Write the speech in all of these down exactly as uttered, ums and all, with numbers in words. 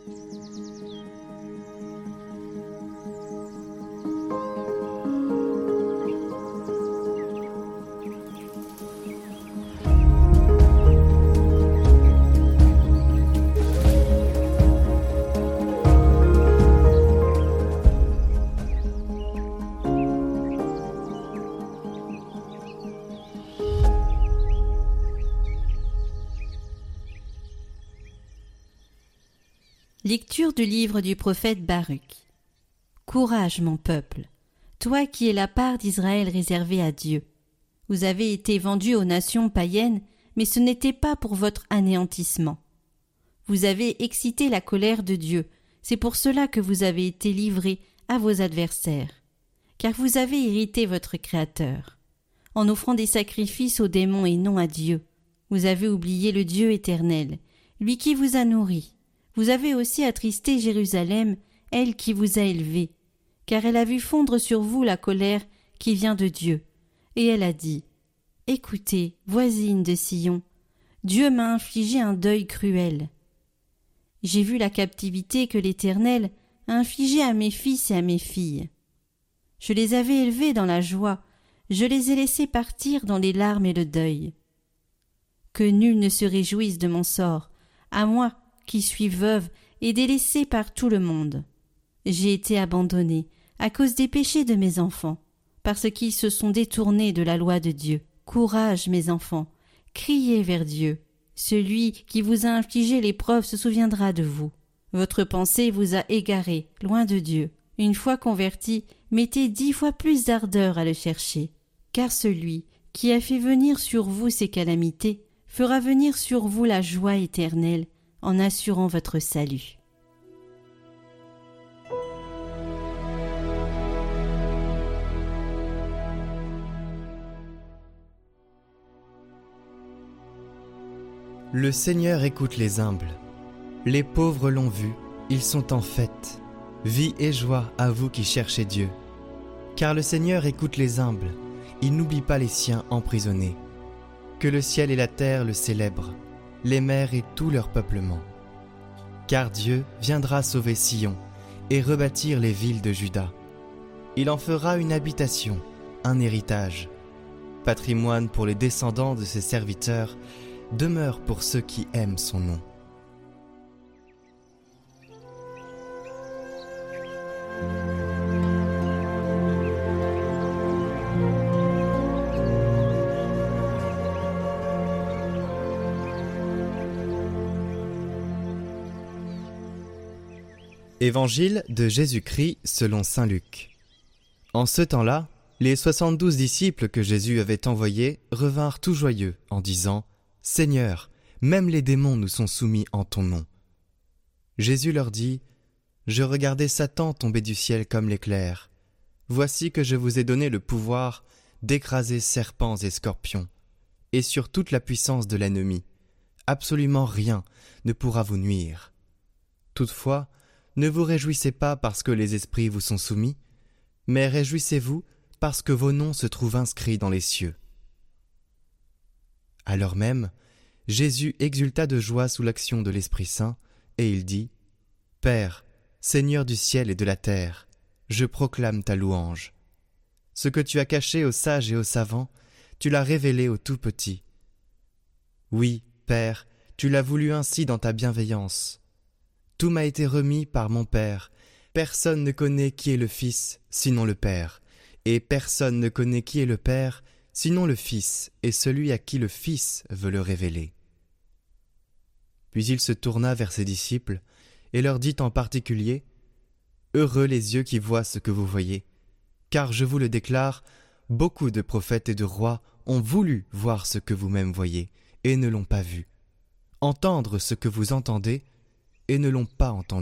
Lecture du livre du prophète Baruch. Courage, mon peuple, toi qui es la part d'Israël réservée à Dieu. Vous avez été vendus aux nations païennes, mais ce n'était pas pour votre anéantissement. Vous avez excité la colère de Dieu, c'est pour cela que vous avez été livrés à vos adversaires, car vous avez irrité votre Créateur. En offrant des sacrifices aux démons et non à Dieu, vous avez oublié le Dieu éternel, lui qui vous a nourris. Vous avez aussi attristé Jérusalem, elle qui vous a élevé, car elle a vu fondre sur vous la colère qui vient de Dieu. Et elle a dit, « Écoutez, voisine de Sion, Dieu m'a infligé un deuil cruel. J'ai vu la captivité que l'Éternel a infligée à mes fils et à mes filles. Je les avais élevés dans la joie, je les ai laissés partir dans les larmes et le deuil. Que nul ne se réjouisse de mon sort, à moi, qui suis veuve et délaissée par tout le monde. J'ai été abandonnée à cause des péchés de mes enfants, parce qu'ils se sont détournés de la loi de Dieu. Courage, mes enfants, criez vers Dieu. Celui qui vous a infligé l'épreuve se souviendra de vous. Votre pensée vous a égaré, loin de Dieu. Une fois converti, mettez dix fois plus d'ardeur à le chercher, car celui qui a fait venir sur vous ces calamités fera venir sur vous la joie éternelle, en assurant votre salut. Le Seigneur écoute les humbles. Les pauvres l'ont vu, ils sont en fête. Vie et joie à vous qui cherchez Dieu. Car le Seigneur écoute les humbles, il n'oublie pas les siens emprisonnés. Que le ciel et la terre le célèbrent, les mers et tout leur peuplement. Car Dieu viendra sauver Sion et rebâtir les villes de Juda. Il en fera une habitation, un héritage, patrimoine pour les descendants de ses serviteurs, demeure pour ceux qui aiment son nom. Évangile de Jésus-Christ selon saint Luc. En ce temps-là, les soixante-douze disciples que Jésus avait envoyés revinrent tout joyeux en disant « Seigneur, même les démons nous sont soumis en ton nom. » Jésus leur dit « Je regardais Satan tomber du ciel comme l'éclair. Voici que je vous ai donné le pouvoir d'écraser serpents et scorpions, et sur toute la puissance de l'ennemi. Absolument rien ne pourra vous nuire. Toutefois, ne vous réjouissez pas parce que les esprits vous sont soumis, mais réjouissez-vous parce que vos noms se trouvent inscrits dans les cieux. » Alors même, Jésus exulta de joie sous l'action de l'Esprit Saint, et il dit « Père, Seigneur du ciel et de la terre, je proclame ta louange. Ce que tu as caché aux sages et aux savants, tu l'as révélé aux tout petits. Oui, Père, tu l'as voulu ainsi dans ta bienveillance. Tout m'a été remis par mon Père. Personne ne connaît qui est le Fils, sinon le Père, et personne ne connaît qui est le Père, sinon le Fils, et celui à qui le Fils veut le révéler. » Puis il se tourna vers ses disciples, et leur dit en particulier, « Heureux les yeux qui voient ce que vous voyez, car je vous le déclare, beaucoup de prophètes et de rois ont voulu voir ce que vous-même voyez, et ne l'ont pas vu, entendre ce que vous entendez, et ne l'ont pas entendu. »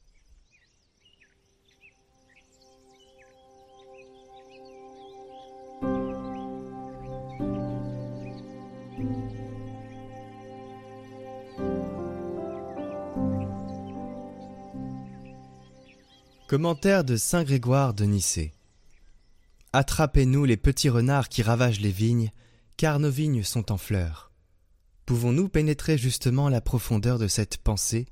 Commentaire de saint Grégoire de Nicée. Attrapez-nous les petits renards qui ravagent les vignes, car nos vignes sont en fleurs. Pouvons-nous pénétrer justement la profondeur de cette pensée ?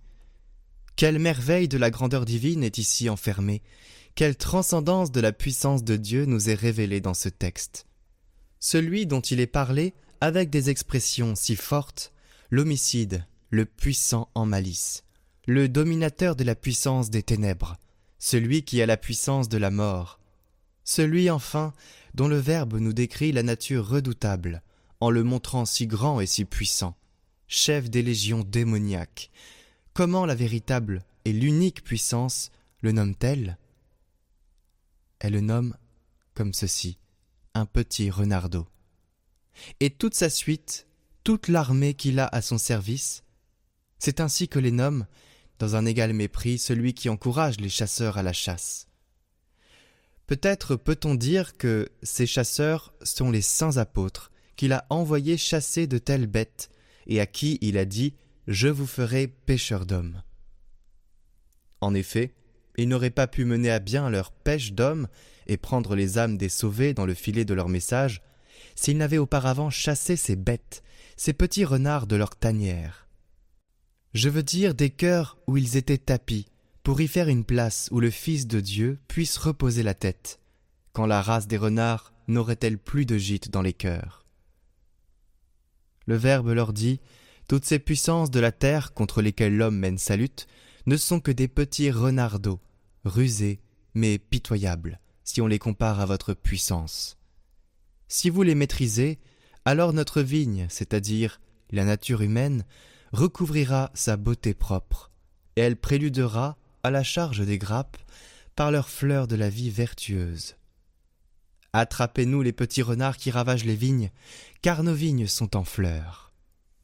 Quelle merveille de la grandeur divine est ici enfermée, quelle transcendance de la puissance de Dieu nous est révélée dans ce texte. Celui dont il est parlé avec des expressions si fortes, l'homicide, le puissant en malice, le dominateur de la puissance des ténèbres, celui qui a la puissance de la mort, celui enfin dont le Verbe nous décrit la nature redoutable, en le montrant si grand et si puissant, chef des légions démoniaques. Comment la véritable et l'unique puissance le nomme-t-elle ? Elle le nomme comme ceci, un petit renardeau. Et toute sa suite, toute l'armée qu'il a à son service, c'est ainsi que les nomme, dans un égal mépris, celui qui encourage les chasseurs à la chasse. Peut-être peut-on dire que ces chasseurs sont les saints apôtres qu'il a envoyés chasser de telles bêtes et à qui il a dit « Je vous ferai pêcheurs d'hommes ». En effet, ils n'auraient pas pu mener à bien leur pêche d'hommes et prendre les âmes des sauvés dans le filet de leur message s'ils n'avaient auparavant chassé ces bêtes, ces petits renards de leur tanière. Je veux dire des cœurs où ils étaient tapis, pour y faire une place où le Fils de Dieu puisse reposer la tête, quand la race des renards n'aurait-elle plus de gîte dans les cœurs. Le Verbe leur dit « Toutes ces puissances de la terre contre lesquelles l'homme mène sa lutte ne sont que des petits renardeaux, rusés mais pitoyables, si on les compare à votre puissance. Si vous les maîtrisez, alors notre vigne, c'est-à-dire la nature humaine, recouvrira sa beauté propre, et elle préludera à la charge des grappes par leurs fleurs de la vie vertueuse. Attrapez-nous les petits renards qui ravagent les vignes, car nos vignes sont en fleurs. »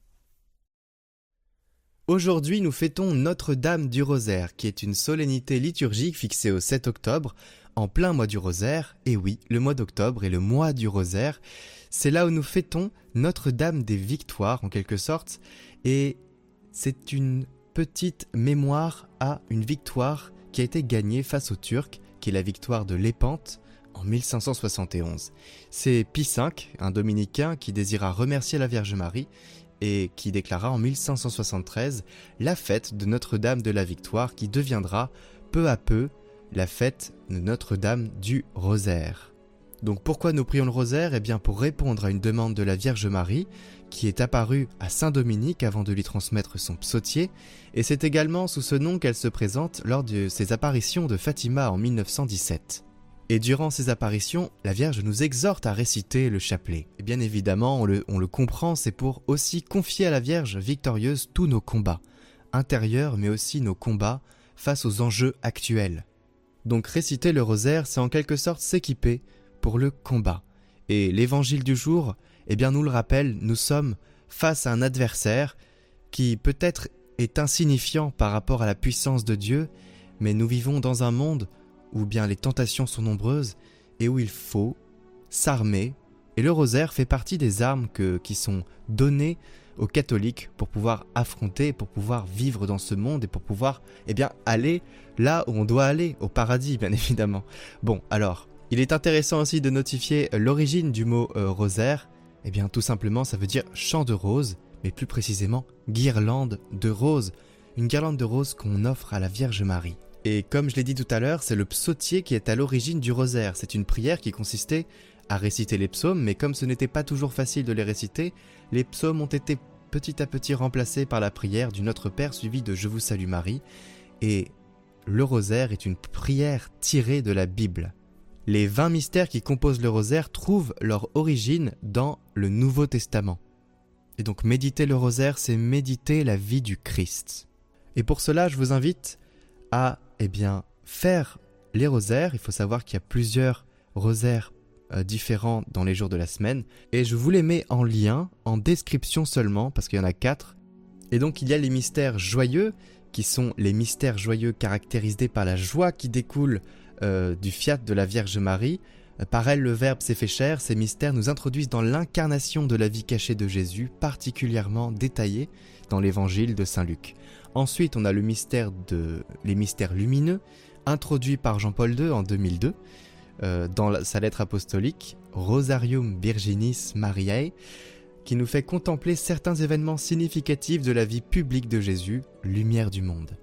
Aujourd'hui, nous fêtons Notre-Dame du Rosaire, qui est une solennité liturgique fixée au sept octobre, en plein mois du Rosaire. Et oui, le mois d'octobre est le mois du Rosaire. C'est là où nous fêtons Notre-Dame des Victoires, en quelque sorte, et c'est une petite mémoire à une victoire qui a été gagnée face aux Turcs, qui est la victoire de Lépante en mille cinq cent soixante et onze. C'est Pie cinq, un dominicain qui désira remercier la Vierge Marie et qui déclara en mille cinq cent soixante-treize la fête de Notre-Dame de la Victoire qui deviendra peu à peu la fête de Notre-Dame du Rosaire. Donc pourquoi nous prions le Rosaire ? Eh bien pour répondre à une demande de la Vierge Marie qui est apparue à Saint Dominique avant de lui transmettre son psautier, et c'est également sous ce nom qu'elle se présente lors de ses apparitions de Fatima en mille neuf cent dix-sept. Et durant ces apparitions, la Vierge nous exhorte à réciter le chapelet. Et bien évidemment, on le, on le comprend, c'est pour aussi confier à la Vierge victorieuse tous nos combats, intérieurs mais aussi nos combats face aux enjeux actuels. Donc réciter le rosaire, c'est en quelque sorte s'équiper pour le combat. Et l'évangile du jour, eh bien nous le rappelle, nous sommes face à un adversaire qui peut-être est insignifiant par rapport à la puissance de Dieu, mais nous vivons dans un monde où bien les tentations sont nombreuses et où il faut s'armer. Et le rosaire fait partie des armes que, qui sont données aux catholiques pour pouvoir affronter, pour pouvoir vivre dans ce monde et pour pouvoir eh bien, aller là où on doit aller, au paradis bien évidemment. Bon, alors, il est intéressant aussi de notifier l'origine du mot euh, rosaire. Eh bien tout simplement ça veut dire champ de roses, mais plus précisément guirlande de roses, une guirlande de roses qu'on offre à la Vierge Marie. Et comme je l'ai dit tout à l'heure, c'est le psautier qui est à l'origine du rosaire. C'est une prière qui consistait à réciter les psaumes, mais comme ce n'était pas toujours facile de les réciter, les psaumes ont été petit à petit remplacés par la prière du Notre Père suivi de Je vous salue Marie, et le rosaire est une prière tirée de la Bible. Les vingt mystères qui composent le rosaire trouvent leur origine dans le Nouveau Testament. Et donc méditer le rosaire, c'est méditer la vie du Christ. Et pour cela, je vous invite à eh bien, faire les rosaires. Il faut savoir qu'il y a plusieurs rosaires euh, différents dans les jours de la semaine. Et je vous les mets en lien, en description seulement, parce qu'il y en a quatre. Et donc il y a les mystères joyeux, qui sont les mystères joyeux caractérisés par la joie qui découle Euh, du fiat de la Vierge Marie. Euh, par elle, le Verbe s'est fait chair. Ces mystères nous introduisent dans l'incarnation de la vie cachée de Jésus, particulièrement détaillée dans l'évangile de Saint Luc. Ensuite, on a le mystère de, les mystères lumineux, introduits par Jean-Paul deux en deux mille deux, euh, dans la, sa lettre apostolique, Rosarium Virginis Mariae, qui nous fait contempler certains événements significatifs de la vie publique de Jésus, lumière du monde.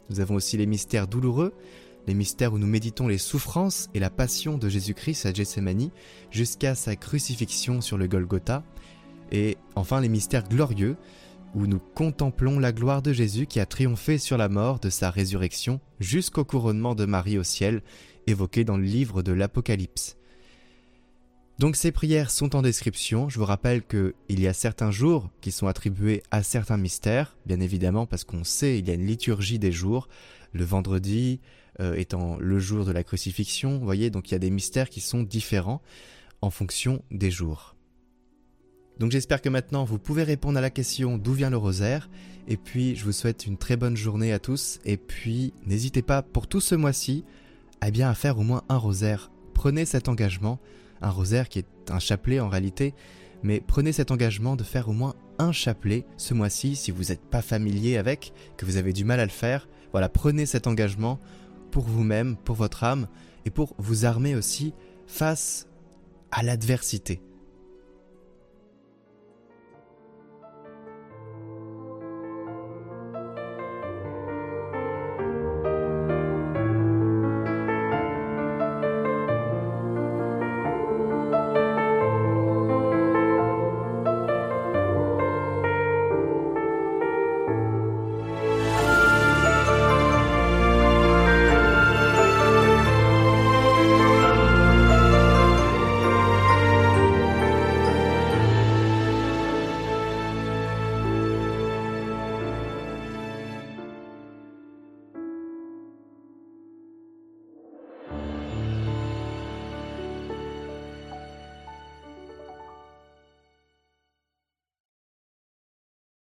Nous avons aussi les mystères douloureux, les mystères où nous méditons les souffrances et la passion de Jésus-Christ à Gethsémani jusqu'à sa crucifixion sur le Golgotha. Et enfin les mystères glorieux, où nous contemplons la gloire de Jésus qui a triomphé sur la mort de sa résurrection jusqu'au couronnement de Marie au ciel, évoqué dans le livre de l'Apocalypse. Donc ces prières sont en description. Je vous rappelle qu'il y a certains jours qui sont attribués à certains mystères, bien évidemment parce qu'on sait il y a une liturgie des jours, le vendredi euh, étant le jour de la crucifixion, vous voyez, donc il y a des mystères qui sont différents en fonction des jours. Donc j'espère que maintenant vous pouvez répondre à la question d'où vient le rosaire, et puis je vous souhaite une très bonne journée à tous, et puis n'hésitez pas pour tout ce mois-ci eh bien, à faire au moins un rosaire. Prenez cet engagement, un rosaire qui est un chapelet en réalité, mais prenez cet engagement de faire au moins un chapelet ce mois-ci si vous n'êtes pas familier avec, que vous avez du mal à le faire. Voilà, prenez cet engagement pour vous-même, pour votre âme, et pour vous armer aussi face à l'adversité.